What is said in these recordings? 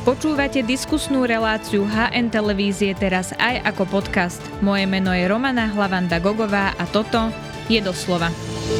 Počúvate diskusnú reláciu HN Televízie teraz aj ako podcast. Moje meno je Romana Hlavanda-Gogová a toto je Doslova.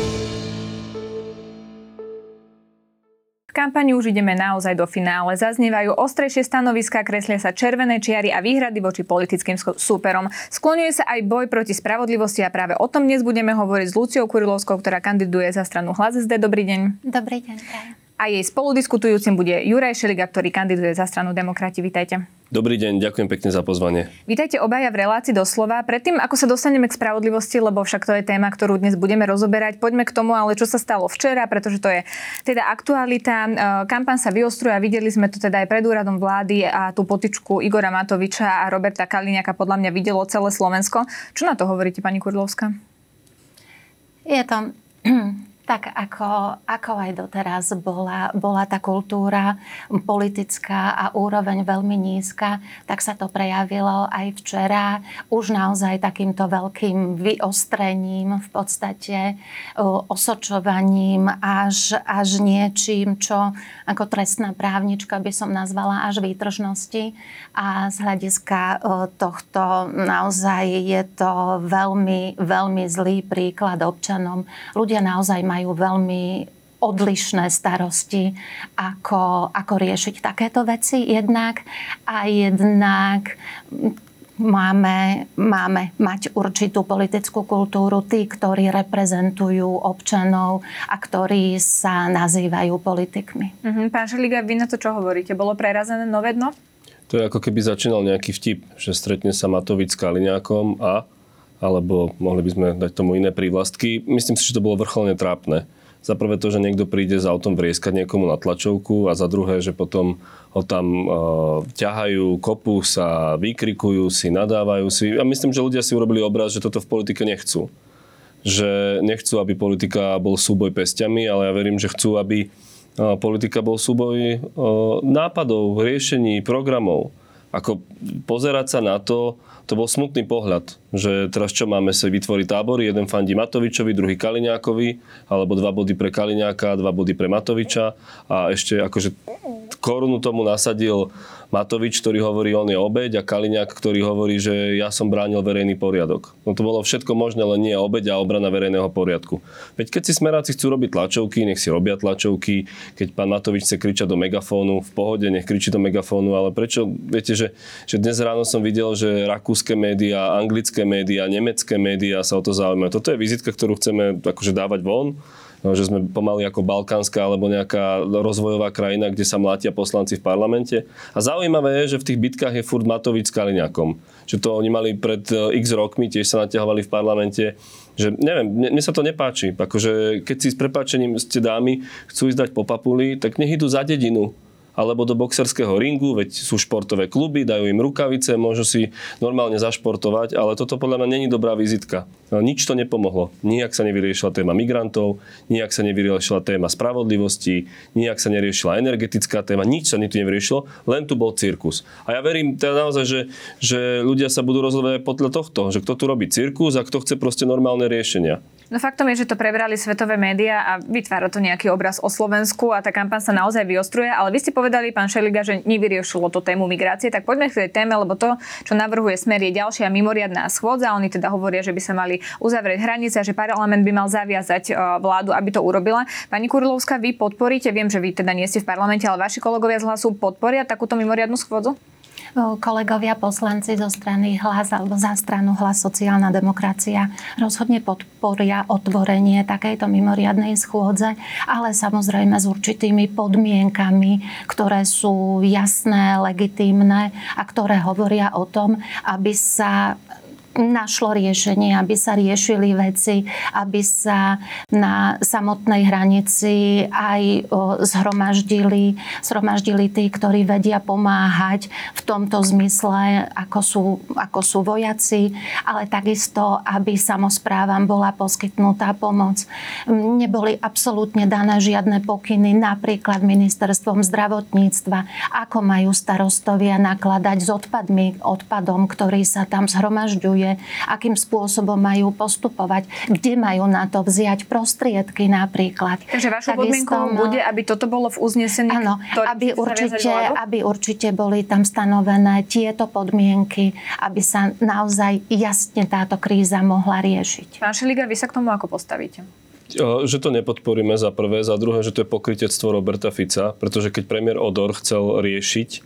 V kampani už ideme naozaj do finále. Zaznievajú ostrejšie stanoviská, kreslia sa červené čiary a výhrady voči politickým súperom. Skloňuje sa aj boj proti spravodlivosti a práve o tom dnes budeme hovoriť s Luciou Kurilovskou, ktorá kandiduje za stranu Hlas SD. Dobrý deň. Dobrý deň. A jej spoludiskutujúcim bude Juraj Šeliga, ktorý kandiduje za stranu Demokrati. Vítajte. Dobrý deň, ďakujem pekne za pozvanie. Vítajte obaja v relácii Doslova. Predtým, ako sa dostaneme k spravodlivosti, lebo však to je téma, ktorú dnes budeme rozoberať, poďme k tomu, ale čo sa stalo včera, pretože to je teda aktualita. Kampaň sa vyostruje a videli sme to teda aj pred úradom vlády a tú potyčku Igora Matoviča a Roberta Kaliňáka podľa mňa videlo celé Slovensko. Čo na to hovoríte, pani Kurilovská? Je to tak, ako aj doteraz bola tá kultúra politická a úroveň veľmi nízka, tak sa to prejavilo aj včera. Už naozaj takýmto veľkým vyostrením, v podstate osočovaním až niečím, čo ako trestná právnička by som nazvala až výtržnosti. A z hľadiska tohto naozaj je to veľmi, veľmi zlý príklad občanom. Ľudia naozaj majú veľmi odlišné starosti, ako riešiť takéto veci jednak. A jednak máme mať určitú politickú kultúru, tí, ktorí reprezentujú občanov a ktorí sa nazývajú politikmi. Pán Šeliga, vy na to čo hovoríte? Bolo prerazené nové dno? To je ako keby začínal nejaký vtip, že stretne sa Matovič s Kaliňákom alebo mohli by sme dať tomu iné prívlastky. Myslím si, že to bolo vrcholne trápne. Za prvé to, že niekto príde s autom vrieskať niekomu na tlačovku a za druhé, že potom ho tam ťahajú, kopú sa, vykrikujú si, nadávajú si. A myslím, že ľudia si urobili obraz, že toto v politike nechcú. Že nechcú, aby politika bol súboj pesťami, ale ja verím, že chcú, aby politika bol súboj nápadov, riešení, programov. Ako pozerať sa na to bol smutný pohľad, že teraz čo máme sa vytvoriť tábory, jeden fandí Matovičovi, druhý Kaliňákovi, alebo 2 body pre Kaliňáka, 2 body pre Matoviča a ešte akože korunu tomu nasadil Matovič, ktorý hovorí, on je obeť a Kaliňák, ktorý hovorí, že ja som bránil verejný poriadok. No to bolo všetko možné, len nie obeť a obrana verejného poriadku. Veď keď si smeráci chcú robiť tlačovky, nech si robia tlačovky, keď pán Matovič chce kričať do megafónu, v pohode, nech kričí do megafónu, ale prečo, viete, že dnes ráno som videl, že rakúske médiá, anglické médiá, nemecké médiá sa o to zaujímajú. Toto je vizitka, ktorú chceme akože dávať von. No, že sme pomaly ako balkánska alebo nejaká rozvojová krajina, kde sa mlátia poslanci v parlamente. A zaujímavé je, že v tých bitkách je furt Matovič s Kaliňákom. Že to oni mali pred x rokmi, tiež sa naťahovali v parlamente. Že neviem, mne sa to nepáči. Akože keď si s prepáčením ste dámy chcú ísť dať po papuli, tak nech idú za dedinu. Alebo do boxerského ringu, veď sú športové kluby, dajú im rukavice, môžu si normálne zašportovať, ale toto podľa mňa není dobrá vizitka. Nič to nepomohlo. Nijak sa nevyriešila téma migrantov, nijak sa nevyriešila téma spravodlivosti, nijak sa neriešila energetická téma, nič sa tu nevyriešilo, len tu bol cirkus. A ja verím teda naozaj, že ľudia sa budú rozhodovať podľa tohto, že kto tu robí cirkus a kto chce proste normálne riešenia. No faktom je, že to prebrali svetové médiá a vytvára to nejaký obraz o Slovensku a tá kampaň sa naozaj vyostruje, ale vy ste povedali, pán Šeliga, že nevyriešilo to tému migrácie, tak poďme k tej téme, lebo to, čo navrhuje Smer, je ďalšia mimoriadna schôdza. Oni teda hovoria, že by sa mali uzavrieť hranice a že parlament by mal zaviazať vládu, aby to urobila. Pani Kurilovská, vy podporíte, viem, že vy teda nie ste v parlamente, ale vaši kolegovia z Hlasu podporia takúto mimoriadnu schôdzu? Kolegovia poslanci zo strany Hlas alebo za stranu Hlas sociálna demokracia rozhodne podporia otvorenie takejto mimoriadnej schôdze, ale samozrejme s určitými podmienkami, ktoré sú jasné, legitímne a ktoré hovoria o tom, aby sa našlo riešenie, aby sa riešili veci, aby sa na samotnej hranici aj zhromaždili tí, ktorí vedia pomáhať v tomto zmysle, ako sú vojaci, ale takisto, aby samosprávam bola poskytnutá pomoc. Neboli absolútne dané žiadne pokyny, napríklad ministerstvom zdravotníctva, ako majú starostovia nakladať s odpadom, ktorý sa tam zhromažďuje, rozhoduje, akým spôsobom majú postupovať, kde majú na to vziať prostriedky napríklad. Takže vašou podmienkou bude, aby toto bolo v uznesení, áno, aby určite boli tam stanovené tieto podmienky, aby sa naozaj jasne táto kríza mohla riešiť. Pán Šeliga, vy sa k tomu ako postavíte? Že to nepodporíme za prvé, za druhé, že to je pokrytectvo Roberta Fica, pretože keď premiér Odor chcel riešiť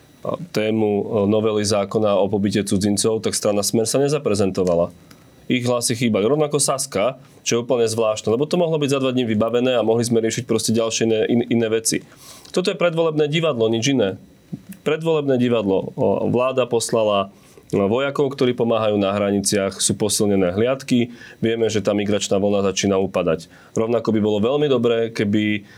tému novely zákona o pobyte cudzincov, tak strana Smer sa nezaprezentovala. Ich hlasy chýbali. Rovnako Saska, čo je úplne zvláštne, lebo to mohlo byť za 2 dní vybavené a mohli sme riešiť proste ďalšie iné veci. Toto je predvolebné divadlo, nič iné. Predvolebné divadlo. Vláda poslala vojakov, ktorí pomáhajú na hraniciach, sú posilnené hliadky. Vieme, že tá migračná vlna začína upadať. Rovnako by bolo veľmi dobré, keby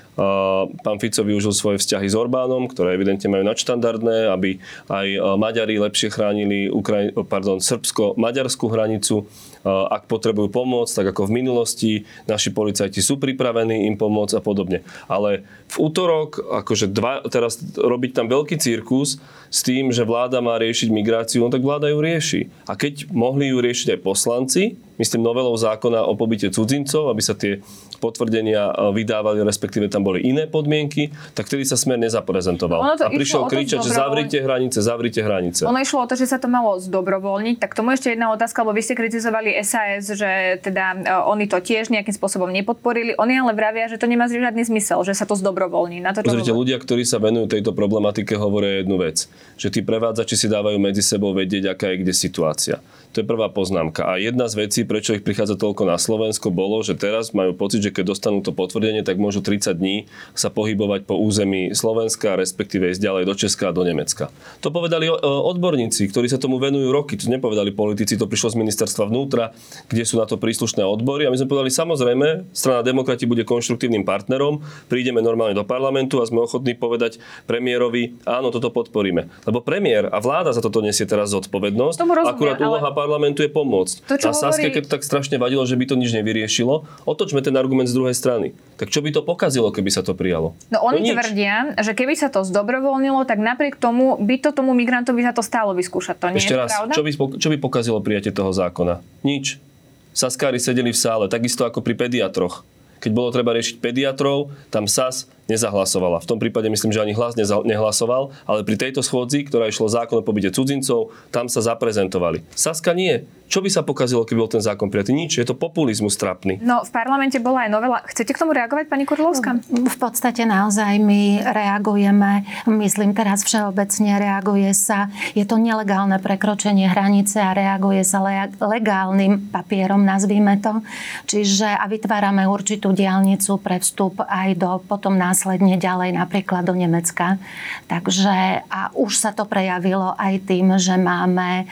pán Fico využil svoje vzťahy s Orbánom, ktoré evidentne majú nadštandardné, aby aj Maďari lepšie chránili srbsko-maďarskú hranicu. Ak potrebujú pomôcť, tak ako v minulosti, naši policajti sú pripravení im pomôcť a podobne. Ale v útorok, teraz robiť tam veľký cirkus s tým, že vláda má riešiť migráciu, no tak vláda ju rieši. A keď mohli ju riešiť aj poslanci, myslím novelou zákona o pobyte cudzincov, aby sa tie potvrdenia vydávali, respektíve tam boli iné podmienky, tak vtedy sa Smer nezaprezentoval. A prišiel kričať, že zavrite hranice. Ono išlo o to, že sa to malo zdobrovoľniť. Tak tomu ešte jedna otázka, lebo vy ste kritizovali SAS, že teda oni to tiež nejakým spôsobom nepodporili. Oni ale vravia, že to nemá žiadny zmysel, že sa to zdobrovoľní. Pozrite, ľudia, ktorí sa venujú tejto problematike, hovoria jednu vec, že tí prevádzači si dávajú medzi sebou vedieť, aká je kde situácia. To je prvá poznámka. A jedna z vecí, prečo ich prichádza toľko na Slovensko, bolo, že teraz majú pocit, že keď dostanú to potvrdenie, tak môžu 30 dní sa pohybovať po území Slovenska, respektíve ísť ďalej do Česka a do Nemecka. To povedali odborníci, ktorí sa tomu venujú roky. To nepovedali politici, to prišlo z ministerstva vnútra, kde sú na to príslušné odbory. A my sme povedali, samozrejme, strana Demokrati bude konštruktívnym partnerom, prídeme normálne do parlamentu a sme ochotní povedať premiérovi, áno, toto podporíme. Lebo premiér a vláda za toto nesie teraz zodpovednosť. Akurát úloha parlamentu je pomôcť. A Saske, keď to tak strašne vadilo, že by to nič nevyriešilo, otočme ten argument z druhej strany. Tak čo by to pokazilo, keby sa to prijalo? No oni tvrdia, že keby sa to zdobrovoľnilo, tak napriek tomu by to tomu migrantovi za to stálo vyskúšať. To nie ešte je raz, pravda? čo by pokazilo prijatie toho zákona? Nič. Saskári sedeli v sále, takisto ako pri pediatroch. Keď bolo treba riešiť pediatrov, tam SAS nezahlasovala. V tom prípade myslím, že ani hlas nehlasoval, ale pri tejto schôdzi, ktorá išlo zákon o pobyte cudzincov, tam sa zaprezentovali. Saska nie. Čo by sa pokazilo, keby bol ten zákon prijatý? Nič. Je to populizmus trapný. No, v parlamente bola aj novela. Chcete k tomu reagovať, pani Kurilovská? V podstate naozaj my reagujeme, myslím teraz všeobecne, reaguje sa, je to nelegálne prekročenie hranice a reaguje sa legálnym papierom, nazvime to. Čiže a vytvárame určitú diaľnicu pre vstup aj do potom následne ďalej napríklad do Nemecka. Takže a už sa to prejavilo aj tým, že máme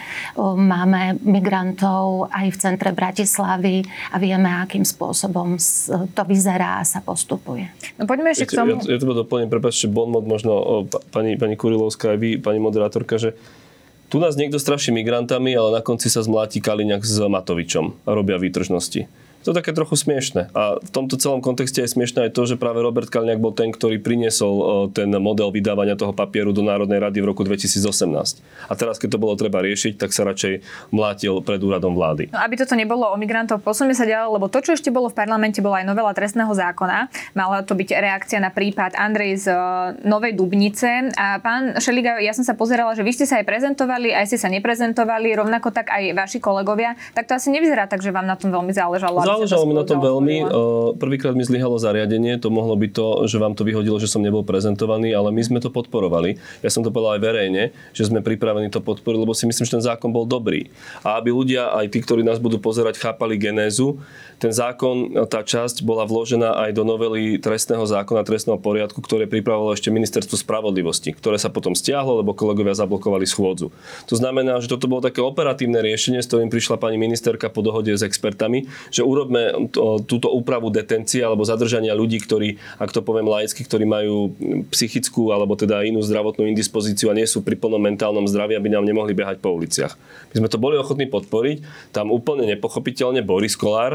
migrantov aj v centre Bratislavy a vieme, akým spôsobom to vyzerá a sa postupuje. No poďme ešte k tomu. Ja to doplním, prepáčte, bonmot možno pani Kurilovská aj vy, pani moderátorka, že tu nás niekto straší migrantami, ale na konci sa zmláti Kaliňák s Matovičom a robia výtržnosti. To je také trochu smiešne. A v tomto celom kontexte je smiešné aj to, že práve Robert Kaliňák bol ten, ktorý priniesol ten model vydávania toho papieru do Národnej rady v roku 2018. A teraz, keď to bolo treba riešiť, tak sa radšej mlátil pred úradom vlády. No, aby toto nebolo o migrantov, posuňme sa ďalej, lebo to, čo ešte bolo v parlamente, bola aj novela trestného zákona. Mala to byť reakcia na prípad Andrej z Novej Dubnice. A pán Šeliga, ja som sa pozerala, že vy ste sa aj prezentovali, aj ste sa neprezentovali, rovnako tak aj vaši kolegovia. Tak to asi nevyzerá tak, že vám na tom veľmi záležalo. Záležalo mi na tom veľmi. Prvýkrát mi zlyhalo zariadenie. To mohlo byť to, že vám to vyhodilo, že som nebol prezentovaný, ale my sme to podporovali. Ja som to povedal aj verejne, že sme pripravení to podporiť, lebo si myslím, že ten zákon bol dobrý. A aby ľudia, aj tí, ktorí nás budú pozerať, chápali genézu, ten zákon, tá časť bola vložená aj do novely trestného zákona, trestného poriadku, ktoré pripravovalo ešte Ministerstvo spravodlivosti, ktoré sa potom stiahlo, lebo kolegovia zablokovali schôdzu. To znamená, že toto bolo také operatívne riešenie, s ktorým prišla pani ministerka po dohode s expertami, že urobme túto úpravu detencie alebo zadržania ľudí, ktorí, ak to poviem laicky, ktorí majú psychickú alebo teda inú zdravotnú indispozíciu a nie sú pri plnom mentálnom zdraví, aby nám nemohli behať po uliciach. My sme to boli ochotní podporiť. Tam úplne nepochopiteľne Boris Kollár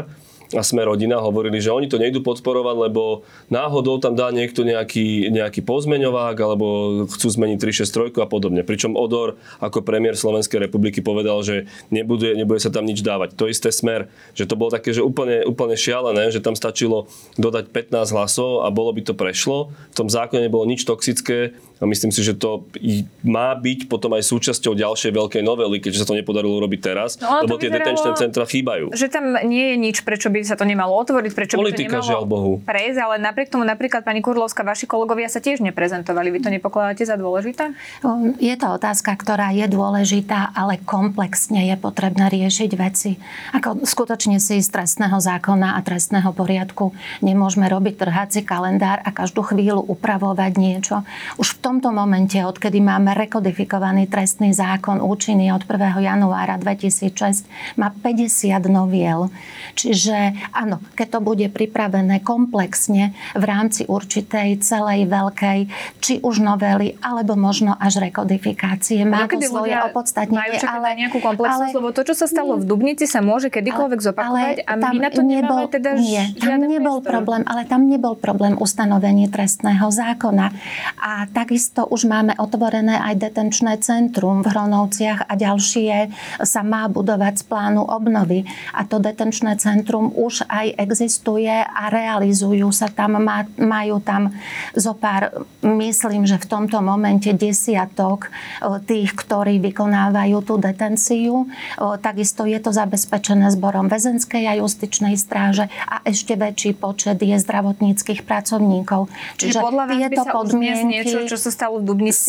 a Sme rodina hovorili, že oni to nejdú podporovať, lebo náhodou tam dá niekto nejaký pozmeňovák alebo chcú zmeniť 363 a podobne. Pričom Odor ako premiér Slovenskej republiky povedal, že nebude sa tam nič dávať. To isté Smer, že to bolo také, že úplne šialené, že tam stačilo dodať 15 hlasov a bolo by to prešlo. V tom zákone nebolo nič toxické a myslím si, že to má byť potom aj súčasťou ďalšej veľkej novely, keďže sa to nepodarilo robiť teraz, lebo tie detenčné centra chýbajú. Že tam nie je nič, prečo by sa to nemalo otvoriť, prečo politika, by to nemalo prejsť, ale napriek tomu napríklad pani Kurilovská, vaši kolegovia sa tiež neprezentovali. Vy to nepokladáte za dôležité? Je to otázka, ktorá je dôležitá, ale komplexne je potrebné riešiť veci. Ako skutočne si z trestného zákona a trestného poriadku nemôžeme robiť trhací kalendár a každú chvíľu upravovať niečo. Už v tomto momente, odkedy máme rekodifikovaný trestný zákon účinný od 1. januára 2006, má 50 noviel. Čiže áno, keď to bude pripravené komplexne v rámci určitej celej veľkej, či už novely, alebo možno až rekodifikácie. Má to svoje opodstatnenie. Ale nejakú komplexnosť, lebo to, čo sa stalo v Dubnici, sa môže kedykoľvek zopakovať a my na to nemáme teda žiaden priestor. Ale tam nebol problém ustanovenie trestného zákona. A takisto už máme otvorené aj detenčné centrum v Hronovciach a ďalšie sa má budovať z plánu obnovy. A to detenčné centrum už aj existuje a realizujú sa tam, majú tam zopár, myslím, že v tomto momente desiatok tých, ktorí vykonávajú tú detenciu. Takisto je to zabezpečené zborom väzenskej a justičnej stráže a ešte väčší počet je zdravotníckych pracovníkov. Čiže tieto podmienky niečo, čo sa stalo v Dubnici,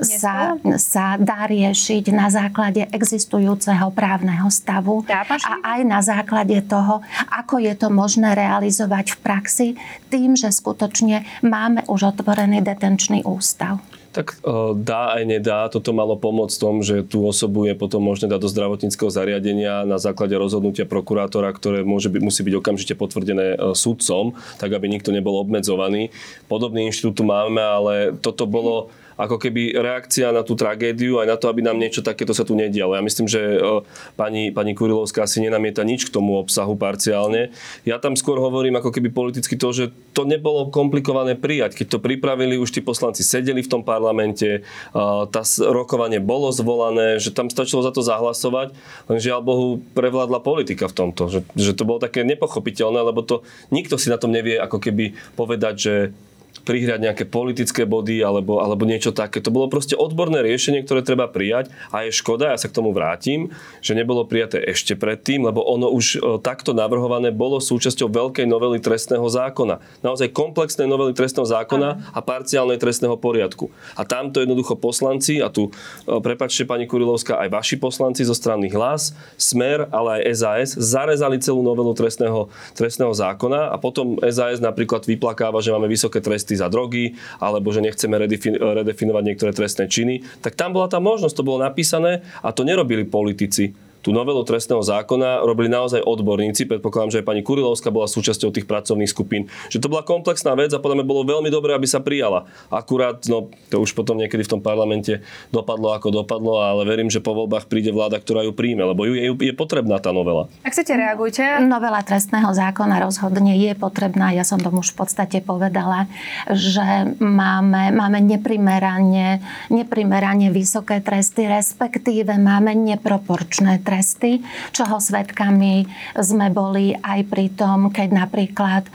sa dá riešiť na základe existujúceho právneho stavu a aj na základe toho, ako je to možné realizovať v praxi, tým, že skutočne máme už otvorený detenčný ústav. Tak dá aj nedá. Toto malo pomôcť v tom, že tú osobu je potom možné dať do zdravotníckeho zariadenia na základe rozhodnutia prokurátora, ktoré musí byť okamžite potvrdené sudcom, tak aby nikto nebol obmedzovaný. Podobný inštitút tu máme, ale toto bolo ako keby reakcia na tú tragédiu aj na to, aby nám niečo takéto sa tu nedialo. Ja myslím, že pani Kurilovská si nenamieta nič k tomu obsahu parciálne. Ja tam skôr hovorím ako keby politicky to, že to nebolo komplikované prijať. Keď to pripravili, už tí poslanci sedeli v tom parlamente, rokovanie bolo zvolané, že tam stačilo za to zahlasovať, len žiaľ Bohu prevládla politika v tomto. Že to bolo také nepochopiteľné, lebo to nikto si na tom nevie ako keby povedať, že prihrať nejaké politické body alebo niečo také. To bolo proste odborné riešenie, ktoré treba prijať a je škoda, ja sa k tomu vrátim, že nebolo prijaté ešte predtým, lebo ono už takto navrhované bolo súčasťou veľkej novely trestného zákona. Naozaj komplexnej novely trestného zákona a parciálnej trestného poriadku. A tamto jednoducho poslanci, a tu prepáčte pani Kurilovská, aj vaši poslanci zo strany Hlas, Smer, ale aj SAS zarezali celú novelu trestného zákona a potom SAS napríklad vyplakáva, že máme vysoké tresty za drogy, alebo že nechceme redefinovať niektoré trestné činy, tak tam bola tá možnosť, to bolo napísané a to nerobili politici. Tú novelu trestného zákona robili naozaj odborníci. Predpokladám, že aj pani Kurilovská bola súčasťou tých pracovných skupín. Že to bola komplexná vec a podľa mňa bolo veľmi dobré, aby sa prijala. Akurát, to už potom niekedy v tom parlamente dopadlo ako dopadlo, ale verím, že po voľbách príde vláda, ktorá ju príjme, lebo je potrebná tá novela. Ak chcete, reagujte. Novela trestného zákona rozhodne je potrebná. Ja som tomu už v podstate povedala, že máme neprimerane vysoké tresty, respektíve máme neproporčné tresty, čoho svedkami sme boli aj pri tom, keď napríklad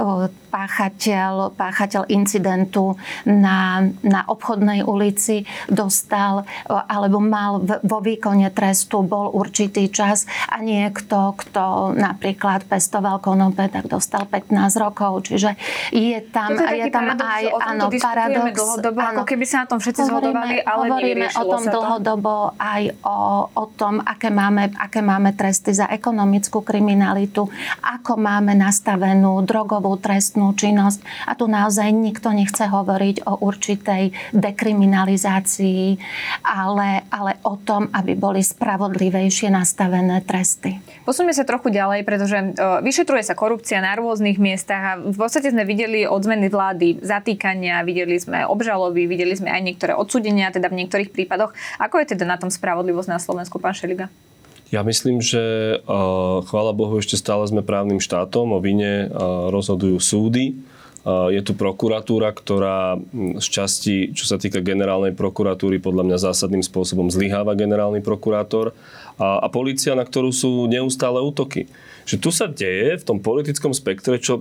páchateľ incidentu na obchodnej ulici dostal alebo mal vo výkone trestu bol určitý čas a niekto, kto napríklad pestoval konope, tak dostal 15 rokov. Čiže je tam aj paradox. Dlhodobo, ako keby sa na tom všetci zhodovali, ale hovoríme o tom dlhodobo aj o tom, aké máme tresty za ekonomickú kriminalitu, ako máme nastavenú drogovú trestnú činnosť. A tu naozaj nikto nechce hovoriť o určitej dekriminalizácii, ale o tom, aby boli spravodlivejšie nastavené tresty. Posuňme sa trochu ďalej, pretože vyšetruje sa korupcia na rôznych miestach a v podstate sme videli od zmeny vlády zatýkania, videli sme obžaloby, videli sme aj niektoré odsúdenia, teda v niektorých prípadoch. Ako je teda na tom spravodlivosť na Slovensku, pán Šeliga? Ja myslím, že chvála Bohu ešte stále sme právnym štátom, o vine rozhodujú súdy. Je tu prokuratúra, ktorá z časti, čo sa týka generálnej prokuratúry, podľa mňa zásadným spôsobom zlyháva generálny prokurátor a polícia, na ktorú sú neustále útoky. Že tu sa deje v tom politickom spektre, čo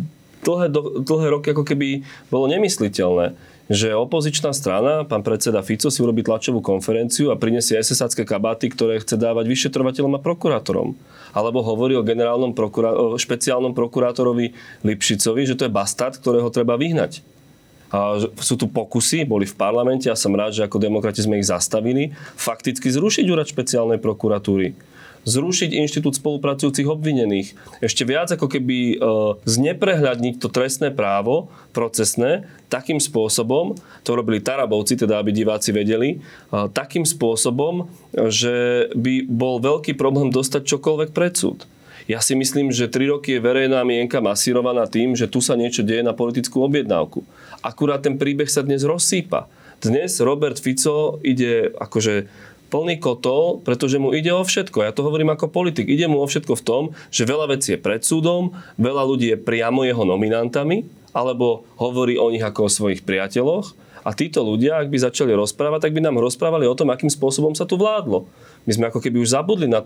dlhé roky ako keby bolo nemysliteľné, že opozičná strana, pán predseda Fico, si urobí tlačovú konferenciu a prinesie SS-acké kabáty, ktoré chce dávať vyšetrovateľom a prokurátorom. Alebo hovorí o špeciálnom prokurátorovi Lipšicovi, že to je bastard, ktorého treba vyhnať. A sú tu pokusy, boli v parlamente a som rád, že ako demokrati sme ich zastavili, fakticky zrušiť úrad špeciálnej prokuratúry. Zrušiť inštitút spolupracujúcich obvinených. Ešte viac ako keby zneprehľadniť to trestné právo, procesné, takým spôsobom, to robili Tarabovci, teda aby diváci vedeli, takým spôsobom, že by bol veľký problém dostať čokoľvek pred súd. Ja si myslím, že 3 roky je verejná mienka masírovaná tým, že tu sa niečo deje na politickú objednávku. Akurát ten príbeh sa dnes rozsýpa. Dnes Robert Fico ide akože plný kotol, pretože mu ide o všetko. Ja to hovorím ako politik. Ide mu o všetko v tom, že veľa vecí je pred súdom, veľa ľudí je priamo jeho nominantami, alebo hovorí o nich ako o svojich priateľoch. A títo ľudia, ak by začali rozprávať, tak by nám rozprávali o tom, akým spôsobom sa tu vládlo. My sme ako keby už zabudli na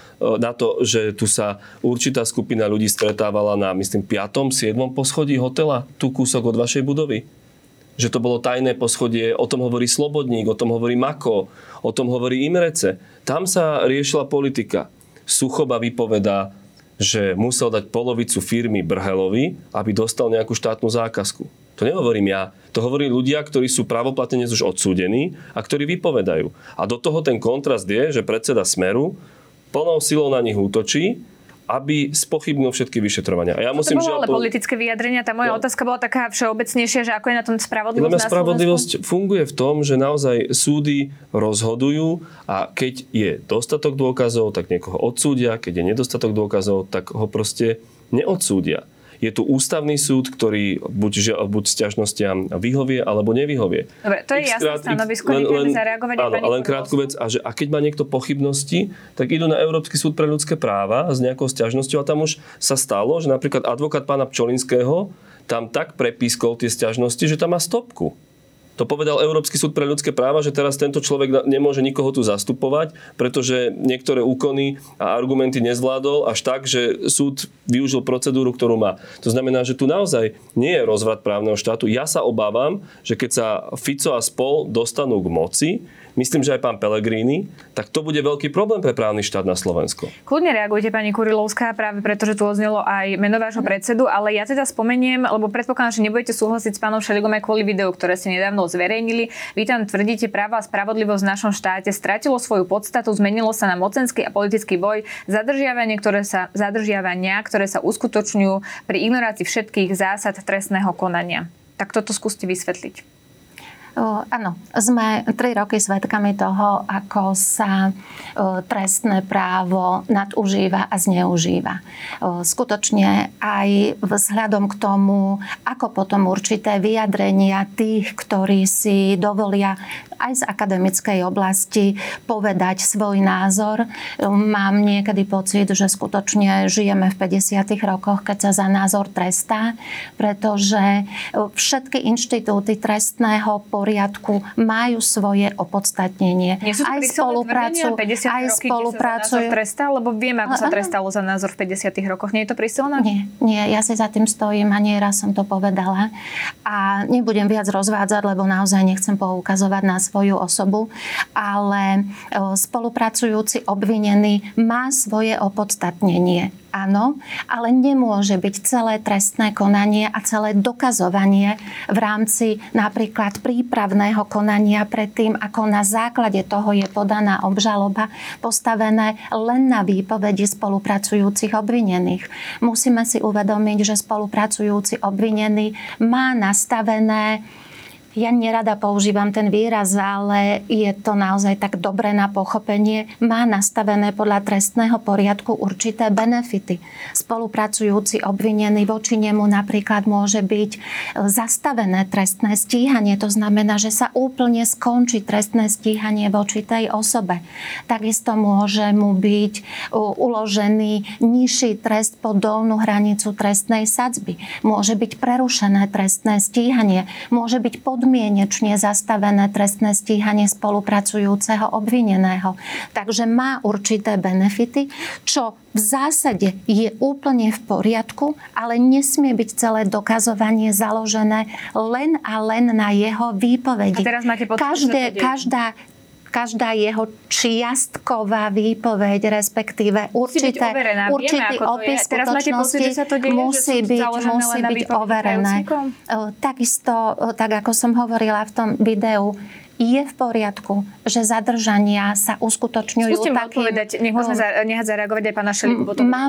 to, že tu sa určitá skupina ľudí stretávala na, myslím, 5., 7. poschodí hotela, tu kúsok od vašej budovy. Že to bolo tajné poschodie, o tom hovorí Slobodník, o tom hovorí Mako, o tom hovorí Imrece. Tam sa riešila politika. Suchoba vypovedá, že musel dať polovicu firmy Brhelovi, aby dostal nejakú štátnu zákazku. To nehovorím ja. To hovorí ľudia, ktorí sú pravoplatne už odsúdení a ktorí vypovedajú. A do toho ten kontrast je, že predseda Smeru plnou silou na nich útočí, aby spochybnil všetky vyšetrovania. A ja musím, to bolo ale politické vyjadrenia. Tá moja otázka bola taká všeobecnejšia, že ako je na tom spravodlivosť na Slovensku? Spravodlivosť funguje v tom, že naozaj súdy rozhodujú a keď je dostatok dôkazov, tak niekoho odsúdia, keď je nedostatok dôkazov, tak ho proste neodsúdia. Je tu ústavný súd, ktorý buď sťažnostiam vyhovie, alebo nevyhovie. Dobre, to je jasné stanovisko, nechajme zareagovať. Áno, len krátku vec. A keď má niekto pochybnosti, tak idú na Európsky súd pre ľudské práva s nejakou sťažnosťou a tam už sa stalo, že napríklad advokát pána Pčolinského tam tak prepískol tie sťažnosti, že tam má stopku. To povedal Európsky súd pre ľudské práva, že teraz tento človek nemôže nikoho tu zastupovať, pretože niektoré úkony a argumenty nezvládol až tak, že súd využil procedúru, ktorú má. To znamená, že tu naozaj nie je rozvrat právneho štátu. Ja sa obávam, že keď sa Fico a spol dostanú k moci, myslím, že aj pán Pellegrini, tak to bude veľký problém pre právny štát na Slovensko. Kľudne reagujte, pani Kurilovská, práve preto, že tu oznelo aj meno vášho predsedu, ale ja teda spomeniem, lebo predpokladám, že nebudete súhlasiť s pánom Šeligom aj kvôli videu, ktoré ste nedávno zverejnili. Vy tam tvrdíte, právo a spravodlivosť v našom štáte stratilo svoju podstatu, zmenilo sa na mocenský a politický boj, zadržiavania, ktoré sa uskutočňujú pri ignorácii všetkých zásad trestného konania. Tak toto skúste vysvetliť. Áno, sme 3 roky svedkami toho, ako sa trestné právo nadužíva a zneužíva. Skutočne aj vzhľadom k tomu, ako potom určité vyjadrenia tých, ktorí si dovolia aj z akademickej oblasti povedať svoj názor. Mám niekedy pocit, že skutočne žijeme v 50. rokoch, keď sa za názor trestá, pretože všetky inštitúty trestného poriadku majú svoje opodstatnenie. Nie sú to prísilné tvrdenia 50 roky, kde sa za názor trestá? Lebo vieme, ako sa trestalo za názor v 50 rokoch. Nie je to prísilné? Nie, ja si za tým stojím a nieraz som to povedala. A nebudem viac rozvádzať, lebo naozaj nechcem poukazovať na svoju osobu, ale spolupracujúci obvinený má svoje opodstatnenie. Áno, ale nemôže byť celé trestné konanie a celé dokazovanie v rámci napríklad prípravného konania predtým, ako na základe toho je podaná obžaloba, postavené len na výpovedi spolupracujúcich obvinených. Musíme si uvedomiť, že spolupracujúci obvinený má nastavené Ja nerada používam ten výraz, ale je to naozaj tak dobre na pochopenie. Má nastavené podľa trestného poriadku určité benefity. Spolupracujúci obvinený voči nemu napríklad môže byť zastavené trestné stíhanie. To znamená, že sa úplne skončí trestné stíhanie voči tej osobe. Takisto môže mu byť uložený nižší trest pod dolnú hranicu trestnej sadzby. Môže byť prerušené trestné stíhanie. Môže byť podmienečne zastavené trestné stíhanie spolupracujúceho obvineného. Takže má určité benefity, čo v zásade je úplne v poriadku, ale nesmie byť celé dokazovanie založené len a len na jeho výpovedi. A teraz máte pocit, každá jeho čiastková výpoveď, respektíve určitý opis skutočnosti musí byť overené. Takisto, tak ako som hovorila v tom videu, je v poriadku, že zadržania sa uskutočňujú takým... Skúste odpovedať, nech môžeme nechať zareagovať aj pána Šeligu.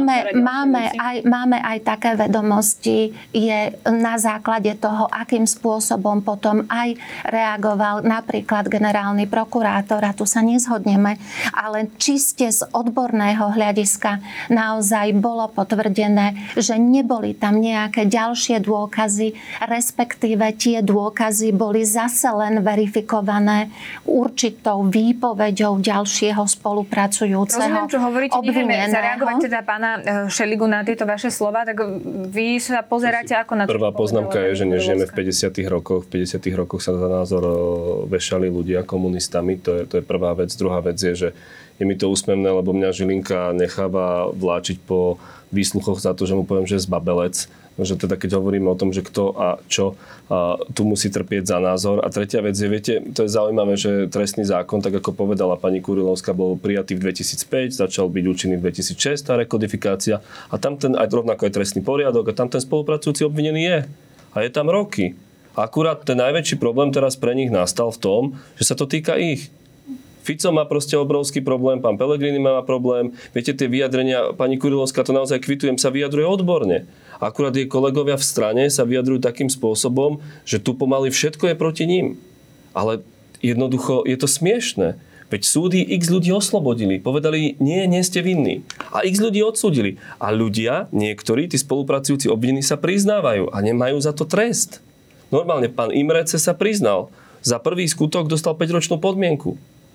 Máme aj také vedomosti, je na základe toho, akým spôsobom potom aj reagoval napríklad generálny prokurátor, a tu sa nezhodneme, ale čiste z odborného hľadiska naozaj bolo potvrdené, že neboli tam nejaké ďalšie dôkazy, respektíve tie dôkazy boli zase len verifikované určitou výpoveďou ďalšieho spolupracujúceho obvineného. Rozumiem, čo hovoríte. Necháme zareagovať teda pána Šeligu na tieto vaše slova, tak vy sa pozeráte ako na to. Prvá poznámka je, že nežijeme v 50. rokoch. V 50. rokoch sa za názor vešali ľudia komunistami. To je prvá vec. Druhá vec je, že je mi to úsmevné, lebo mňa Žilinka necháva vláčiť po výsluchoch za to, že mu poviem, že je zbabelec. Že teda keď hovoríme o tom, že kto a čo tu musí trpieť za názor. A tretia vec je, viete, to je zaujímavé, že trestný zákon, tak ako povedala pani Kurilovská, bol prijatý v 2005, začal byť účinný v 2006, tá rekodifikácia. A tam ten, aj rovnako je trestný poriadok, a tam ten spolupracujúci obvinený je. A je tam roky. Akurát ten najväčší problém teraz pre nich nastal v tom, že sa to týka ich. Fico má proste obrovský problém, pán Pellegrini má problém. Viete, tie vyjadrenia, pani Kurilovská, to naozaj kvitujem, sa vyjadruje odborne. Akurát jej kolegovia v strane sa vyjadrujú takým spôsobom, že tu pomaly všetko je proti ním. Ale jednoducho je to smiešné. Veď súdy x ľudí oslobodili. Povedali, nie ste vinní. A x ľudí odsúdili. A ľudia, niektorí, tí spolupracujúci obvinení sa priznávajú a nemajú za to trest. Normálne pán Imrece sa priznal. Za prvý skutok dostal 5-ročnú podmienku.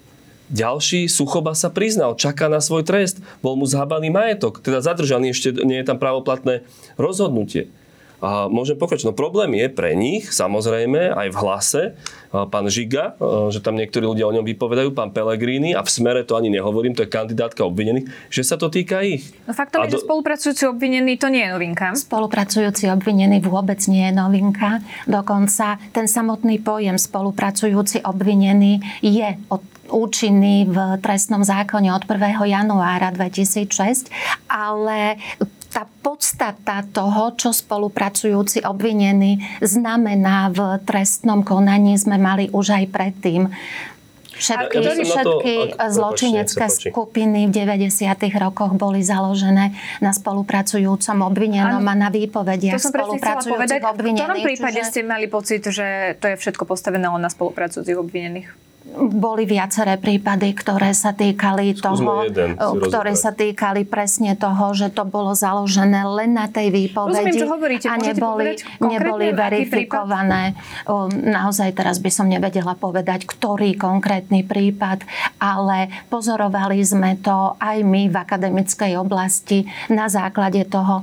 Ďalší, Suchoba, sa priznal, čaká na svoj trest. Bol mu zhábaný majetok, teda zadržaný, ešte nie je tam právoplatné rozhodnutie. A môžem pokračovať. No problém je pre nich, samozrejme, aj v Hlase, pán Žiga, že tam niektorí ľudia o ňom vypovedajú, pán Pellegrini, a v Smere to ani nehovorím, to je kandidátka obvinených, že sa to týka ich. No faktom je, že spolupracujúci obvinený, to nie je novinka. Spolupracujúci obvinený vôbec nie je novinka. Dokonca ten samotný pojem spolupracujúci obvinený je účinný v trestnom zákone od 1. januára 2006, ale tá podstata toho, čo spolupracujúci obvinený znamená v trestnom konaní, sme mali už aj predtým. Všetky zločinecké skupiny v 90. rokoch boli založené na spolupracujúcom obvinenom a na výpovediach spolupracujúcich obvinených. V ktorom prípade ste mali pocit, že to je všetko postavené len na spolupracujúcich obvinených? Boli viaceré prípady, ktoré sa týkali presne toho, že to bolo založené len na tej výpovedi. Rozumiem, čo hovoríte. A neboli verifikované. Naozaj teraz by som nevedela povedať, ktorý konkrétny prípad, ale pozorovali sme to aj my v akademickej oblasti na základe toho,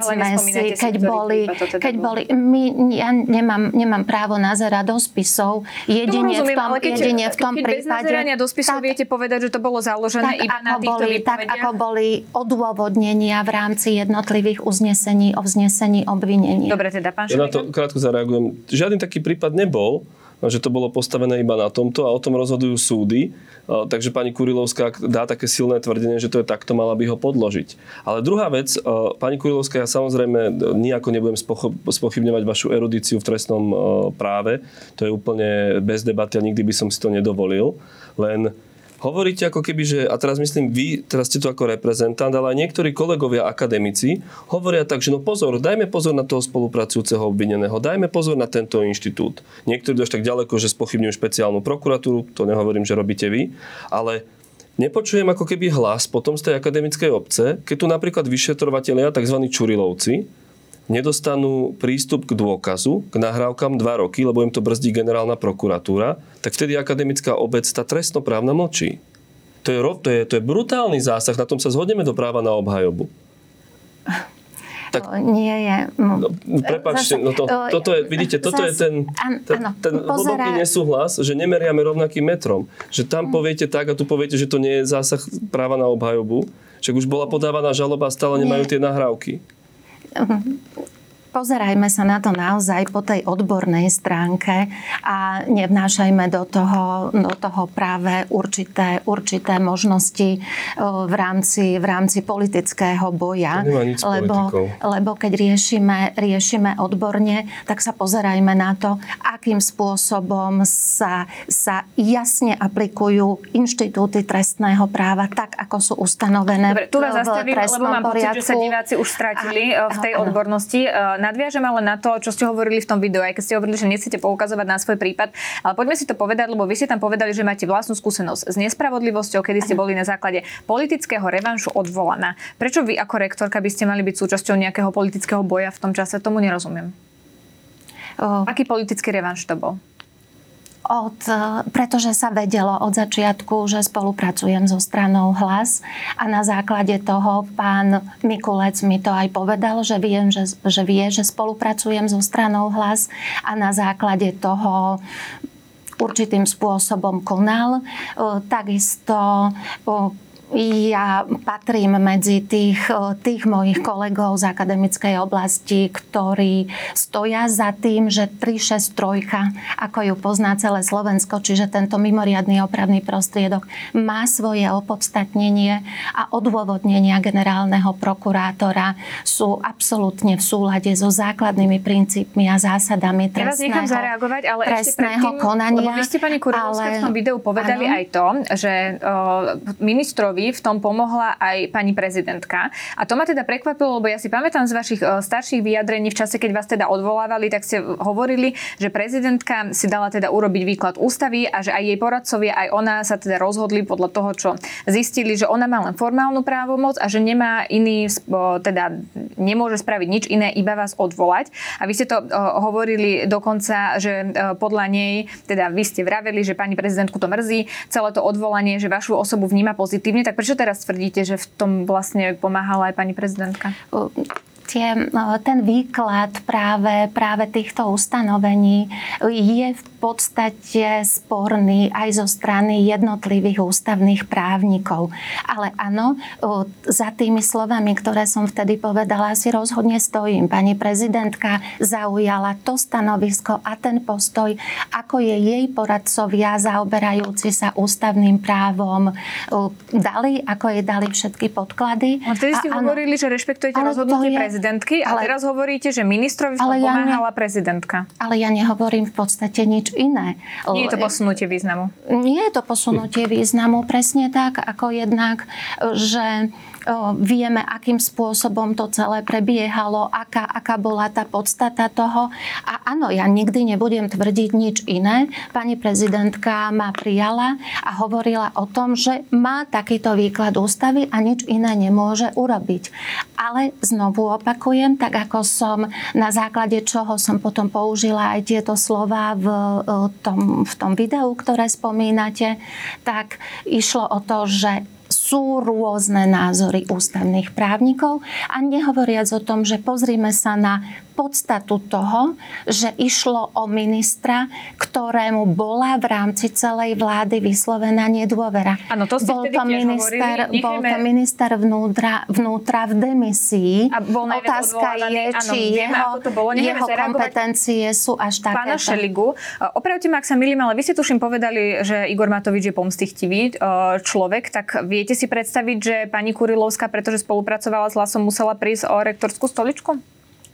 ja nemám právo nazerať do spisov, jedine v tom prípade... Bez nazerania do spisov viete povedať, že to bolo založené iba na týchto výpovediach? Tak ako boli odôvodnenia v rámci jednotlivých uznesení o vznesení obvinení. Dobre, teda pán Šeliga. Ja na to krátko zareagujem. Žiadny taký prípad nebol, že to bolo postavené iba na tomto, a o tom rozhodujú súdy. Takže pani Kurilovská dá také silné tvrdenie, že to je takto, mala by ho podložiť. Ale druhá vec, pani Kurilovská, ja samozrejme nijako nebudem spochybňovať vašu erudíciu v trestnom práve. To je úplne bez debaty a nikdy by som si to nedovolil. Len hovoríte ako keby, že, a teraz myslím vy, teraz ste tu ako reprezentant, ale aj niektorí kolegovia akademici hovoria tak, že no pozor, dajme pozor na toho spolupracujúceho obvineného, dajme pozor na tento inštitút. Niektorí až tak ďaleko, že spochybňujú špeciálnu prokuratúru, to nehovorím, že robíte vy, ale nepočujem ako keby hlas potom z tej akademickej obce, keď tu napríklad vyšetrovatelia, tzv. Čurilovci, nedostanú prístup k dôkazu, k nahrávkam 2 roky, lebo im to brzdí generálna prokuratúra, tak vtedy akademická obec, tá trestnoprávna mlčí. To je brutálny zásah, na tom sa zhodneme do práva na obhajobu. Tak, nie je... Prepáčte, toto je, vidíte, toto je ten hlboký nesúhlas, že nemeriame rovnakým metrom. Že tam poviete tak a tu poviete, že to nie je zásah práva na obhajobu. Však už bola podávaná žaloba a stále nemajú tie nahrávky. Pozerajme sa na to naozaj po tej odbornej stránke a nevnášajme do toho práve určité možnosti v rámci politického boja. Lebo keď riešime odborne, tak sa pozerajme na to, akým spôsobom sa jasne aplikujú inštitúty trestného práva, tak ako sú ustanovené. Dobre, tu vás v zastavím, lebo mám pocit, že sa diváci už stratili v tej odbornosti. Nadviažem ale na to, čo ste hovorili v tom videu, aj keď ste hovorili, že nechcete poukazovať na svoj prípad, ale poďme si to povedať, lebo vy ste tam povedali, že máte vlastnú skúsenosť s nespravodlivosťou, kedy ste boli na základe politického revanšu odvolaná. Prečo vy ako rektorka by ste mali byť súčasťou nejakého politického boja v tom čase? Tomu nerozumiem. Aký politický revanš to bol? Pretože sa vedelo od začiatku, že spolupracujem so stranou Hlas a na základe toho pán Mikulec mi to aj povedal, že vie, že spolupracujem so stranou Hlas a na základe toho určitým spôsobom konal. Takisto ja patrím medzi tých mojich kolegov z akademickej oblasti, ktorí stoja za tým, že 363, ako ju pozná celé Slovensko, čiže tento mimoriadny opravný prostriedok má svoje opodstatnenie a odôvodnenia generálneho prokurátora sú absolútne v súlade so základnými princípmi a zásadami trestného konania. Lebo vy ste, pani Kurilovská, v tom videu povedali aj to, že ministrovi v tom pomohla aj pani prezidentka. A to ma teda prekvapilo, lebo ja si pamätám z vašich starších vyjadrení v čase, keď vás teda odvolávali, tak ste hovorili, že prezidentka si dala teda urobiť výklad ústavy a že aj jej poradcovia, aj ona sa teda rozhodli podľa toho, čo zistili, že ona má len formálnu právomoc a že nemá teda nemôže spraviť nič iné, iba vás odvolať. A vy ste to hovorili dokonca, že podľa nej, teda vy ste vraveli, že pani prezidentku to mrzí, celé to odvolanie, že vašu osobu vníma pozitívne. Tak prečo teraz tvrdíte, že v tom vlastne pomáhala aj pani prezidentka? Ten výklad práve týchto ustanovení je v podstate sporný aj zo strany jednotlivých ústavných právnikov. Ale áno, za tými slovami, ktoré som vtedy povedala, si rozhodne stojím. Pani prezidentka zaujala to stanovisko a ten postoj, ako je jej poradcovia zaoberajúci sa ústavným právom dali, ako jej dali všetky podklady. A vtedy ste hovorili, že rešpektujete rozhodnutie prezidentky, a teraz hovoríte, že ministrovi v tom pomáhala prezidentka. Ale ja nehovorím v podstate nič iné. Nie je to posunutie významu. Nie je to posunutie významu, presne tak, ako jednak, že vieme, akým spôsobom to celé prebiehalo, aká bola tá podstata toho. A áno, ja nikdy nebudem tvrdiť nič iné. Pani prezidentka ma prijala a hovorila o tom, že má takýto výklad ústavy a nič iné nemôže urobiť. Ale znovu opakujem, tak ako som na základe čoho som potom použila aj tieto slová v tom videu, ktoré spomínate, tak išlo o to, že sú rôzne názory ústavných právnikov a nehovoriac o tom, že pozrime sa na podstatu toho, že išlo o ministra, ktorému bola v rámci celej vlády vyslovená nedôvera. Áno, to ste vtedy tiež hovorili. Bol to minister vnútra v demisii. A bol otázka je, či jeho kompetencie sú až takéto. Pána Šeligu, opravte ma, ak sa milím, ale vy ste tuším povedali, že Igor Matovič je pomstichtivý človek, tak viete si predstaviť, že pani Kurilovská, pretože spolupracovala s Hlasom, musela prísť o rektorskú stoličku?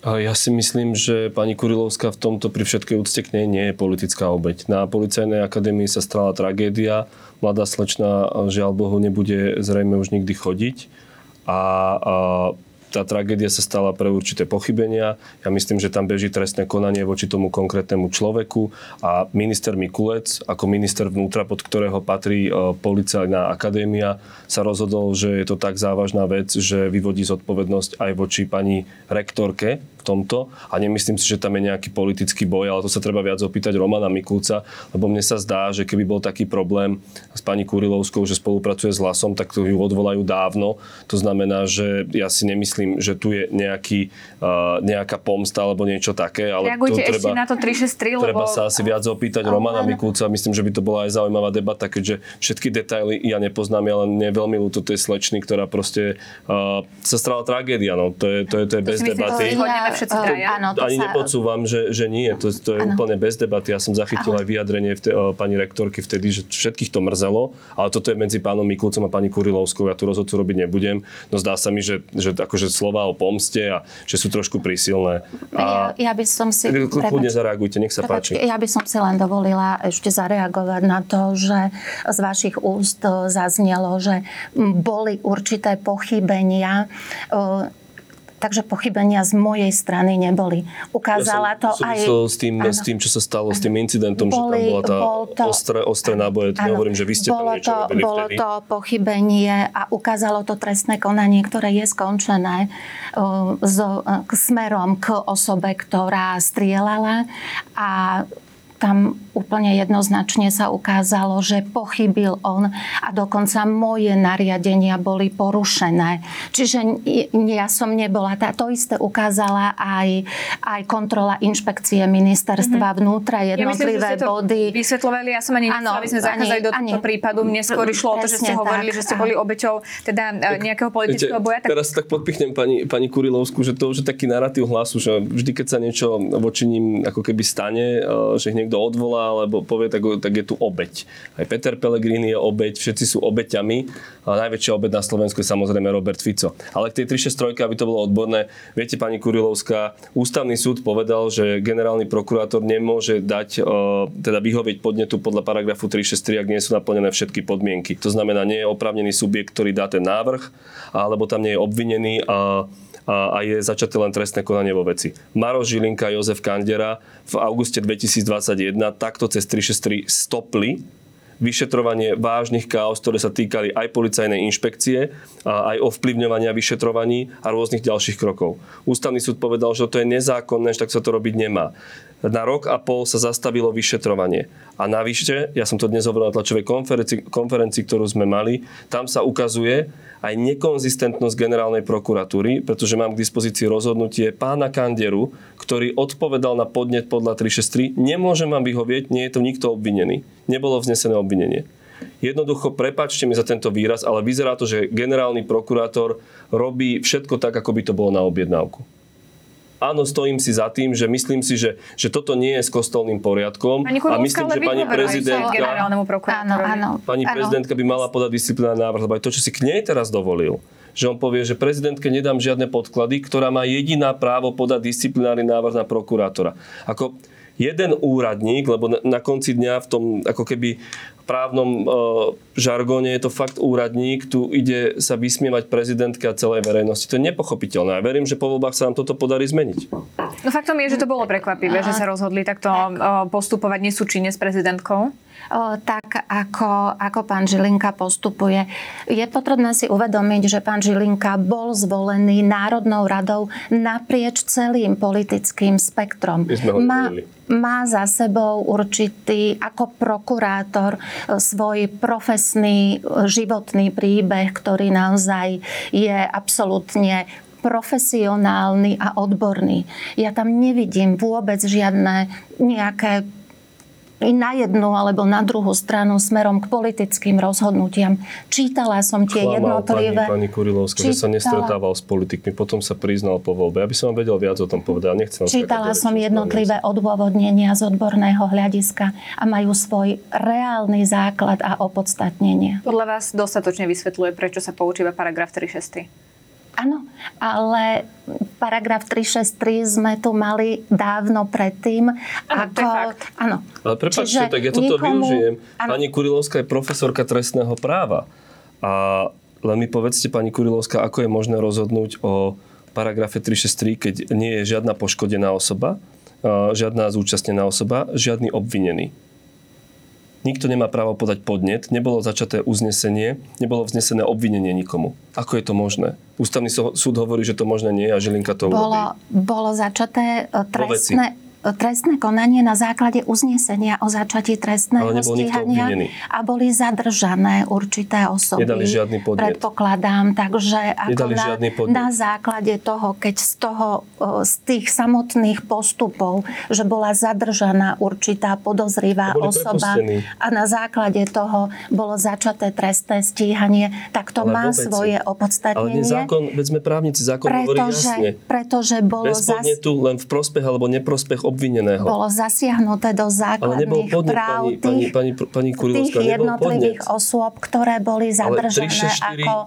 Ja si myslím, že pani Kurilovská v tomto pri všetkej úcte k nej nie je politická obeť. Na Policajnej akadémii sa stala tragédia. Mladá slečna, žiaľ Bohu, nebude zrejme už nikdy chodiť. A tá tragédia sa stala pre určité pochybenia. Ja myslím, že tam beží trestné konanie voči tomu konkrétnemu človeku a minister Mikulec, ako minister vnútra, pod ktorého patrí Policajná akadémia, sa rozhodol, že je to tak závažná vec, že vyvodí zodpovednosť aj voči pani rektorke v tomto. A nemyslím si, že tam je nejaký politický boj, ale to sa treba viac opýtať Romana Mikulca, lebo mne sa zdá, že keby bol taký problém s pani Kurilovskou, že spolupracuje s Hlasom, tak to ju odvolajú dávno. To znamená, že ja si nemyslím, že tu je nejaká pomsta alebo niečo také. Ale reagujte to ešte na to 363, lebo... Treba sa asi viac opýtať Romana Mikulca. Myslím, že by to bola aj zaujímavá debata, keďže všetky detaily ja nepoznám, ale mne je veľmi ľúto tej slečny, ktorá proste sa stala tragédia. No. To je bez debaty. Ani nepodsúvam, že nie. To je úplne bez debaty. Ja som zachytil aj vyjadrenie pani rektorky vtedy, že všetkých to mrzelo, ale toto je medzi pánom Mikulcom a pani Kurilovskou. Ja tu rozhodcu robiť nebudem. No zdá sa mi, že akože slova o pomste a že sú trošku prísilné. Ja by som si... Kľudne zareagujte, nech sa páči. Ja by som si len dovolila ešte zareagovať na to, že z vašich úst zaznelo, že boli určité pochybenia. Takže pochybenia z mojej strany neboli. Ukázala to aj... S tým, čo sa stalo, s tým incidentom, že tam bola tá ostré náboje. Nehovorím, že vy ste tam niečo robili vtedy. Bolo to pochybenie a ukázalo to trestné konanie, ktoré je skončené smerom k osobe, ktorá strieľala, a tam úplne jednoznačne sa ukázalo, že pochybil on a dokonca moje nariadenia boli porušené. Čiže ja som nebola. To isté ukázala aj kontrola inšpekcie ministerstva vnútra, jednotlivé body. Vysvetľovali, ja som ani nechcela, aby sme zachádzali do tohto prípadu. Mne skôr išlo o to, že ste hovorili, že ste boli obeťou teda nejakého politického boja. Teraz tak podpichnem pani Kurilovskú, že to už je taký narratív Hlasu, že vždy, keď sa niečo voči ním ako keby stane, že ich niekto odvolá alebo povie, tak je tu obeť. Aj Peter Pellegrini je obeť, všetci sú obeťami, ale najväčšia obeť na Slovensku je samozrejme Robert Fico. Ale k tej 363, aby to bolo odborné, viete, pani Kurilovská, ústavný súd povedal, že generálny prokurátor nemôže dať, teda vyhovieť podnetu podľa paragrafu 363, ak nie sú naplnené všetky podmienky. To znamená, nie je oprávnený subjekt, ktorý dá ten návrh, alebo tam nie je obvinený a je začaté len trestné konanie vo veci. Maroš Žilinka a Jozef Kandera v auguste 2021 takto cez 363 stopli vyšetrovanie vážnych káuz, ktoré sa týkali aj policajnej inšpekcie, aj ovplyvňovania vyšetrovaní a rôznych ďalších krokov. Ústavný súd povedal, že to je nezákonné, že tak sa to robiť nemá. Na rok a pol sa zastavilo vyšetrovanie. A navyše, ja som to dnes hovoril na tlačovej konferencii, ktorú sme mali, tam sa ukazuje aj nekonzistentnosť generálnej prokuratúry, pretože mám k dispozícii rozhodnutie pána Kanderu, ktorý odpovedal na podnet podľa 363. Nemôžem vám vyhovieť, nie je to nikto obvinený. Nebolo vznesené obvinenie. Jednoducho, prepáčte mi za tento výraz, ale vyzerá to, že generálny prokurátor robí všetko tak, ako by to bolo na objednávku. Áno, stojím si za tým, že myslím si, že toto nie je s kostolným poriadkom. A myslím, že pani prezidentka by mala podať disciplinárny návrh, lebo aj to, čo si k nej teraz dovolil, že on povie, že prezidentke nedám žiadne podklady, ktorá má jediná právo podať disciplinárny návrh na prokurátora. Ako jeden úradník, lebo na konci dňa v tom ako keby právnom žargóne je to fakt úradník, tu ide sa vysmievať prezidentke a celej verejnosti. To je nepochopiteľné. Ja verím, že po voľbách sa nám toto podarí zmeniť. No faktom je, že to bolo prekvapivé, že sa rozhodli takto postupovať nesúčinne s prezidentkou. Tak ako pán Žilinka postupuje. Je potrebné si uvedomiť, že pán Žilinka bol zvolený Národnou radou naprieč celým politickým spektrom. Má za sebou určitý, ako prokurátor, svoj profesný životný príbeh, ktorý naozaj je absolútne profesionálny a odborný. Ja tam nevidím vôbec žiadne nejaké na jednu alebo na druhú stranu smerom k politickým rozhodnutiam. Čítala som tie jednotlivé... Pani Kurilovská, že sa nestretával s politikmi, potom sa priznal po voľbe. Ja by som vám vedel viac o tom povedať. Čítala som jednotlivé odôvodnenia z odborného hľadiska a majú svoj reálny základ a opodstatnenie. Podľa vás dostatočne vysvetľuje, prečo sa používa paragraf 363? Áno, ale paragraf 363 sme tu mali dávno predtým. To je fakt. Áno. Ale prepáčte, tak ja toto využijem. Pani Kurilovská je profesorka trestného práva. A len mi povedzte, pani Kurilovská, ako je možné rozhodnúť o paragrafe 363, keď nie je žiadna poškodená osoba, žiadna zúčastnená osoba, žiadny obvinený. Nikto nemá právo podať podnet, nebolo začaté uznesenie, nebolo vznesené obvinenie nikomu. Ako je to možné? Ústavný súd hovorí, že to možné nie je a Žilinka to urobí. Bolo začaté trestné konanie na základe uznesenia o začatí trestného stíhania a boli zadržané určité osoby. Nedali žiadny podnet. Predpokladám, takže ako na základe toho, keď z tých samotných postupov, že bola zadržaná určitá podozrivá osoba a na základe toho bolo začaté trestné stíhanie, tak to má svoje opodstatnenie. Ale zákon, veď sme právnici, zákon hovorí jasne. Pretože bolo bez podnetu len v prospech alebo neprospech obvineného. Bolo zasiahnuté do základných práv tých jednotlivých osôb, ktoré boli zadržané ako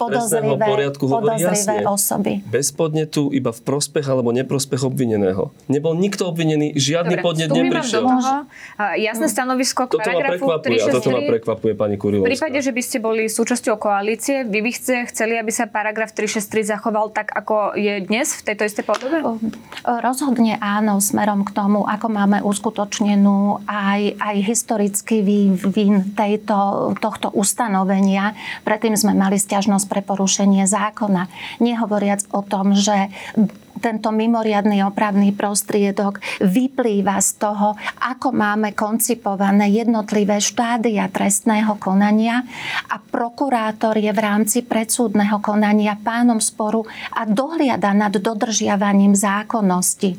podozrivé osoby. Bez podnetu iba v prospech alebo neprospech obvineného. Nebol nikto obvinený, žiadny podnet neprišiel. Jasné stanovisko k paragrafu 363. Toto ma prekvapuje, pani Kurilovská. V prípade, že by ste boli súčasťou koalície, vy by ste chceli, aby sa paragraf 363 zachoval tak, ako je dnes v tejto istej podobe? Rozhodne áno, smerom k tomu, ako máme uskutočnenú aj historický vývin tohto ustanovenia. Predtým sme mali sťažnosť pre porušenie zákona. Nehovoriac o tom, že tento mimoriadny opravný prostriedok vyplýva z toho, ako máme koncipované jednotlivé štádia trestného konania a prokurátor je v rámci predsúdneho konania pánom sporu a dohliada nad dodržiavaním zákonnosti.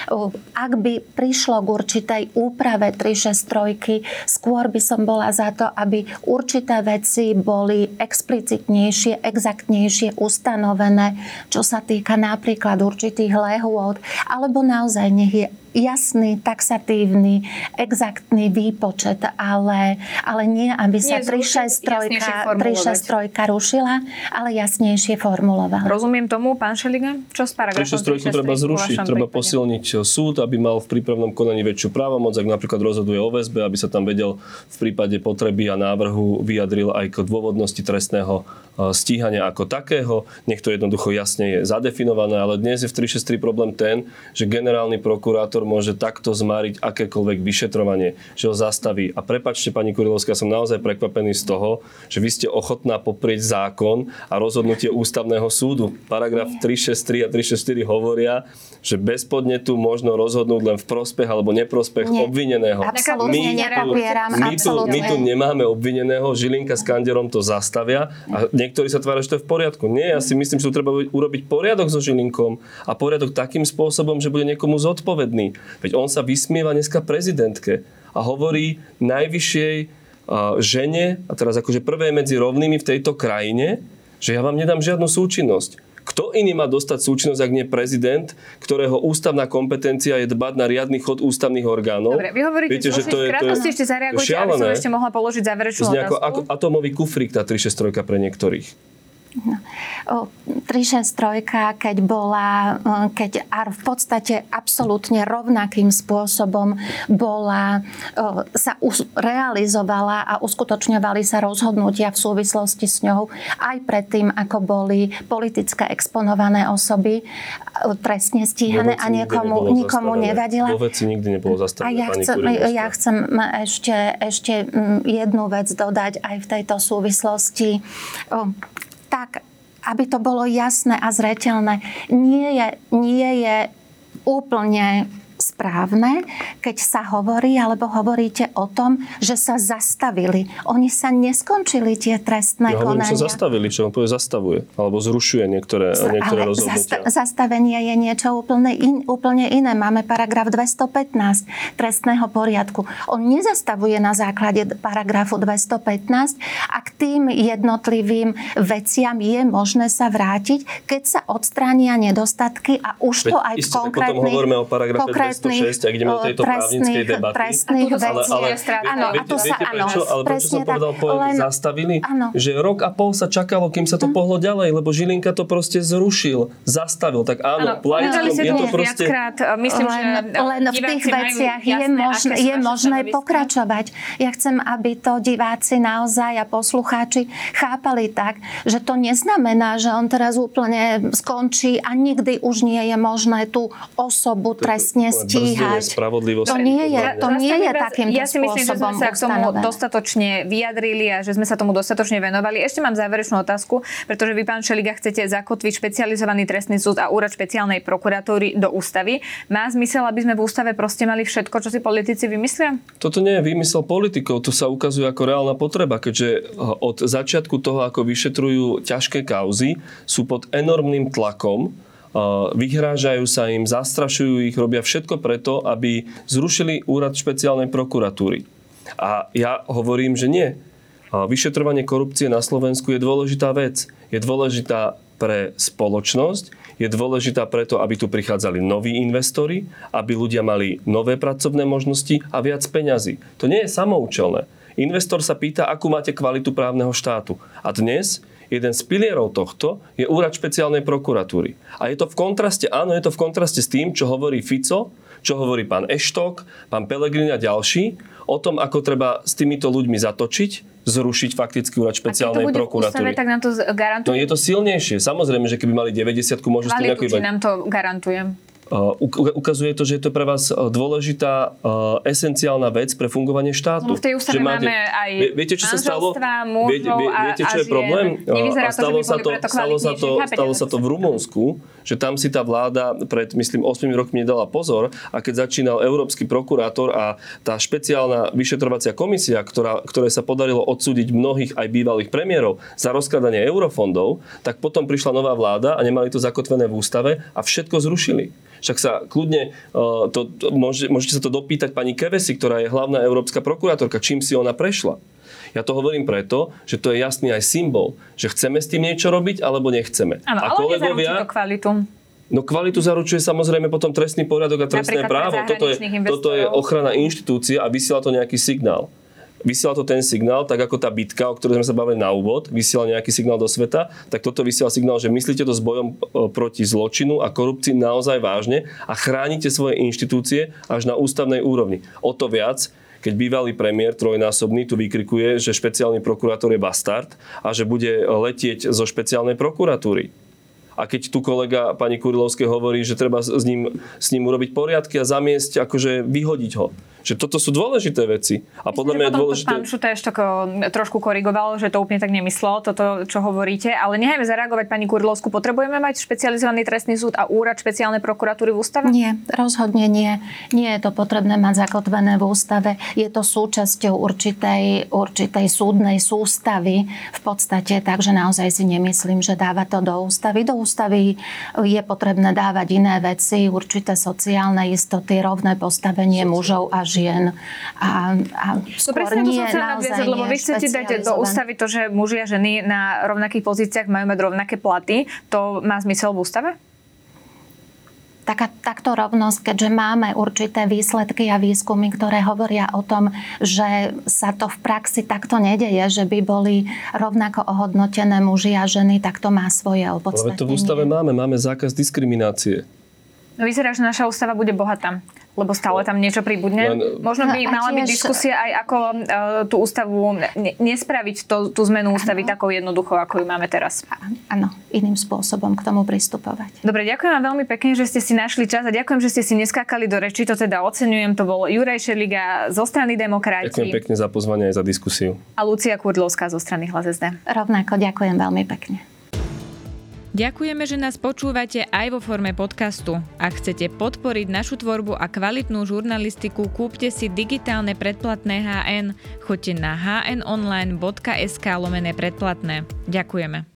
Ak by prišlo k určitej úprave 363, skôr by som bola za to, aby určité veci boli explicitnejšie, exaktnejšie ustanovené, čo sa týka napríklad určitých lehôd, alebo naozaj nech je jasný, taxatívny, exaktný výpočet, ale nie, aby sa 363 rušila, ale jasnejšie formulovala. Rozumiem tomu, pán Šeliga? Čo s paragrafom 363 treba zrušiť, treba posilniť súd, aby mal v prípravnom konaní väčšiu právomoc, ak napríklad rozhoduje o väzbe, aby sa tam vedel v prípade potreby a návrhu vyjadril aj k dôvodnosti trestného stíhania ako takého. Nech to jednoducho jasne je zadefinované, ale dnes je v 363 problém ten, že generálny prokurátor môže takto zmáriť akékoľvek vyšetrovanie, že ho zastaví. A prepáčte, pani Kurilovská, som naozaj prekvapený z toho, že vy ste ochotná poprieť zákon a rozhodnutie ústavného súdu. Paragraf 363 a 364 hovoria, že bez podnetu možno rozhodnúť len v prospech alebo neprospech obvineného. Absolútne nepopieram. My tu nemáme obvineného, Žilinka s Kanderom to zastavia a niektorí sa tvária, že to je v poriadku. Nie, ja si myslím, že tu treba urobiť poriadok so Žilinkom a poriadok takým spôsobom, že bude niekomu zodpovedný. Veď on sa vysmieva dneska prezidentke a hovorí najvyššej žene, a teraz akože prvé medzi rovnými v tejto krajine, že ja vám nedám žiadnu súčinnosť. Kto iný má dostať súčinnosť, ak nie prezident, ktorého ústavná kompetencia je dbať na riadny chod ústavných orgánov? Dobre, vy hovoríte, viete, že to je krátkosti ešte zareagujte, aby som ešte mohla položiť záverečnú otázku. Ako atomový kufrík tá 363 pre niektorých. 363, keď v podstate absolútne rovnakým spôsobom sa realizovala a uskutočňovali sa rozhodnutia v súvislosti s ňou aj predtým, ako boli politické exponované osoby trestne stíhané a nikomu nevadila. Vo veci nikdy nebolo zastavené. Ja chcem ešte jednu vec dodať aj v tejto súvislosti. Tak, aby to bolo jasné a zreteľné, nie je úplne správne, keď sa hovorí, alebo hovoríte o tom, že sa zastavili. Oni sa neskončili, tie trestné konania. Ja sa zastavili, čo on povie zastavuje, alebo zrušuje niektoré rozhodnutia. Zastavenie je niečo úplne iné. Máme paragraf 215 trestného poriadku. On nezastavuje na základe paragrafu 215 a k tým jednotlivým veciam je možné sa vrátiť, keď sa odstránia nedostatky a už to aj v konkrétnych 6, ak ideme do tejto právnickej debaty. Trestných vecí. Áno, a to sa, áno, ale prečo som povedal, zastavili? Áno. Že rok a pol sa čakalo, kým sa to pohlo ďalej, lebo Žilinka to proste zrušil, zastavil. Tak áno, Plajíčkom je to proste... Myslím, že len v tých veciach je možné pokračovať. Ja chcem, aby to diváci naozaj a poslucháči chápali tak, že to neznamená, že on teraz úplne skončí a nikdy už nie je možné tú osobu trestne stíhať. To nie je takýmto spôsobom. Ja si myslím, že sme sa k tomu dostatočne vyjadrili a že sme sa tomu dostatočne venovali. Ešte mám záverečnú otázku, pretože vy, pán Šeliga, chcete zakotviť špecializovaný trestný súd a úrad špeciálnej prokuratúry do ústavy. Má zmysel, aby sme v ústave proste mali všetko, čo si politici vymyslia? Toto nie je výmysel politikov, to sa ukazuje ako reálna potreba, keďže od začiatku toho, ako vyšetrujú ťažké kauzy, sú pod enormným tlakom, vyhrážajú sa im, zastrašujú ich, robia všetko preto, aby zrušili úrad špeciálnej prokuratúry. A ja hovorím, že nie. Vyšetrovanie korupcie na Slovensku je dôležitá vec. Je dôležitá pre spoločnosť, je dôležitá preto, aby tu prichádzali noví investori, aby ľudia mali nové pracovné možnosti a viac peňazí. To nie je samoučelné. Investor sa pýta, akú máte kvalitu právneho štátu. A dnes jeden z pilierov tohto je úrad špeciálnej prokuratúry. A je to v kontraste, áno, je to v kontraste s tým, čo hovorí Fico, čo hovorí pán Eštok, pán Pellegrini a ďalší, o tom, ako treba s týmito ľuďmi zatočiť, zrušiť fakticky úrad špeciálnej prokuratúry. Tak nám to garantuje? No je to silnejšie. Samozrejme, že keby mali 90, môžu s tým Kvalitu, či nám to garantuje? Ukazuje to, že je to pre vás dôležitá esenciálna vec pre fungovanie štátu. No, v tej ústave máme aj viete, čo sa stalo? Viete, čo je problém? Stalo sa to v Rumunsku, že tam si tá vláda pred, myslím, 8 rokmi nedala pozor a keď začínal európsky prokurátor a tá špeciálna vyšetrovacia komisia, ktoré sa podarilo odsúdiť mnohých aj bývalých premiérov za rozkladanie eurofondov, tak potom prišla nová vláda a nemali to zakotvené v ústave a všetko zrušili. Však sa kľudne, môžete sa to dopýtať pani Kövesi, ktorá je hlavná európska prokurátorka, čím si ona prešla. Ja to hovorím preto, že to je jasný aj symbol, že chceme s tým niečo robiť, alebo nechceme. Áno, ale nezaručí to kvalitu. No kvalitu zaručuje samozrejme potom trestný poriadok a trestné právo. Toto je ochrana inštitúcie a vysiela to nejaký signál. Vysiela to ten signál, tak ako tá bitka, o ktorej sme sa bavili na úvod, vysiela nejaký signál do sveta, tak toto vysiela signál, že myslíte to s bojom proti zločinu a korupcii naozaj vážne a chránite svoje inštitúcie až na ústavnej úrovni. O to viac, keď bývalý premiér trojnásobný tu vykrikuje, že špeciálny prokurátor je bastard a že bude letieť zo špeciálnej prokuratúry. A keď tu kolega pani Kurilovskej hovorí, že treba s ním urobiť poriadky a zamiesť, akože vyhodiť ho. Že toto sú dôležité veci. A podľa mňa je dôležité... Pán Šuta ešte trošku korigoval, že to úplne tak nemyslel, toto, čo hovoríte. Ale nechajme zareagovať pani Kurilovskú. Potrebujeme mať špecializovaný trestný súd a úrad špeciálnej prokuratúry v ústave? Nie, rozhodne nie. Nie je to potrebné mať zakotvené v ústave. Je to súčasťou určitej súdnej sústavy v podstate, takže naozaj si nemyslím, že dáva to do ústavy. Do ústavy je potrebné dávať iné veci, určité sociálne istoty, rovné postavenie mužov a žien. Presne to som chcela nadviazať, lebo vy chcete dať do ústavy to, že muži a ženy na rovnakých pozíciách majú mať rovnaké platy. To má zmysel v ústave? Takto rovnosť, keďže máme určité výsledky a výskumy, ktoré hovoria o tom, že sa to v praxi takto nedeje, že by boli rovnako ohodnotené muži a ženy, tak to má svoje opodstatnenie. Ale to v ústave máme zákaz diskriminácie. No vyzerá, že naša ústava bude bohatá, lebo stále tam niečo pribudne. Možno by mala byť diskusia aj ako tú ústavu nespraviť tú zmenu ústavy takou jednoduchou, ako ju máme teraz. Áno, iným spôsobom k tomu pristupovať. Dobre, ďakujem vám veľmi pekne, že ste si našli čas a ďakujem, že ste si neskákali do reči, to teda oceňujem. To bol Juraj Šeliga zo strany Demokrati. Ďakujem pekne za pozvanie aj za diskusiu. A Lucia Kurdlovská zo strany Hlas SD. Rovnako ďakujem veľmi pekne. Ďakujeme, že nás počúvate aj vo forme podcastu. Ak chcete podporiť našu tvorbu a kvalitnú žurnalistiku, kúpte si digitálne predplatné HN. Choďte na hnonline.sk/predplatné. Ďakujeme.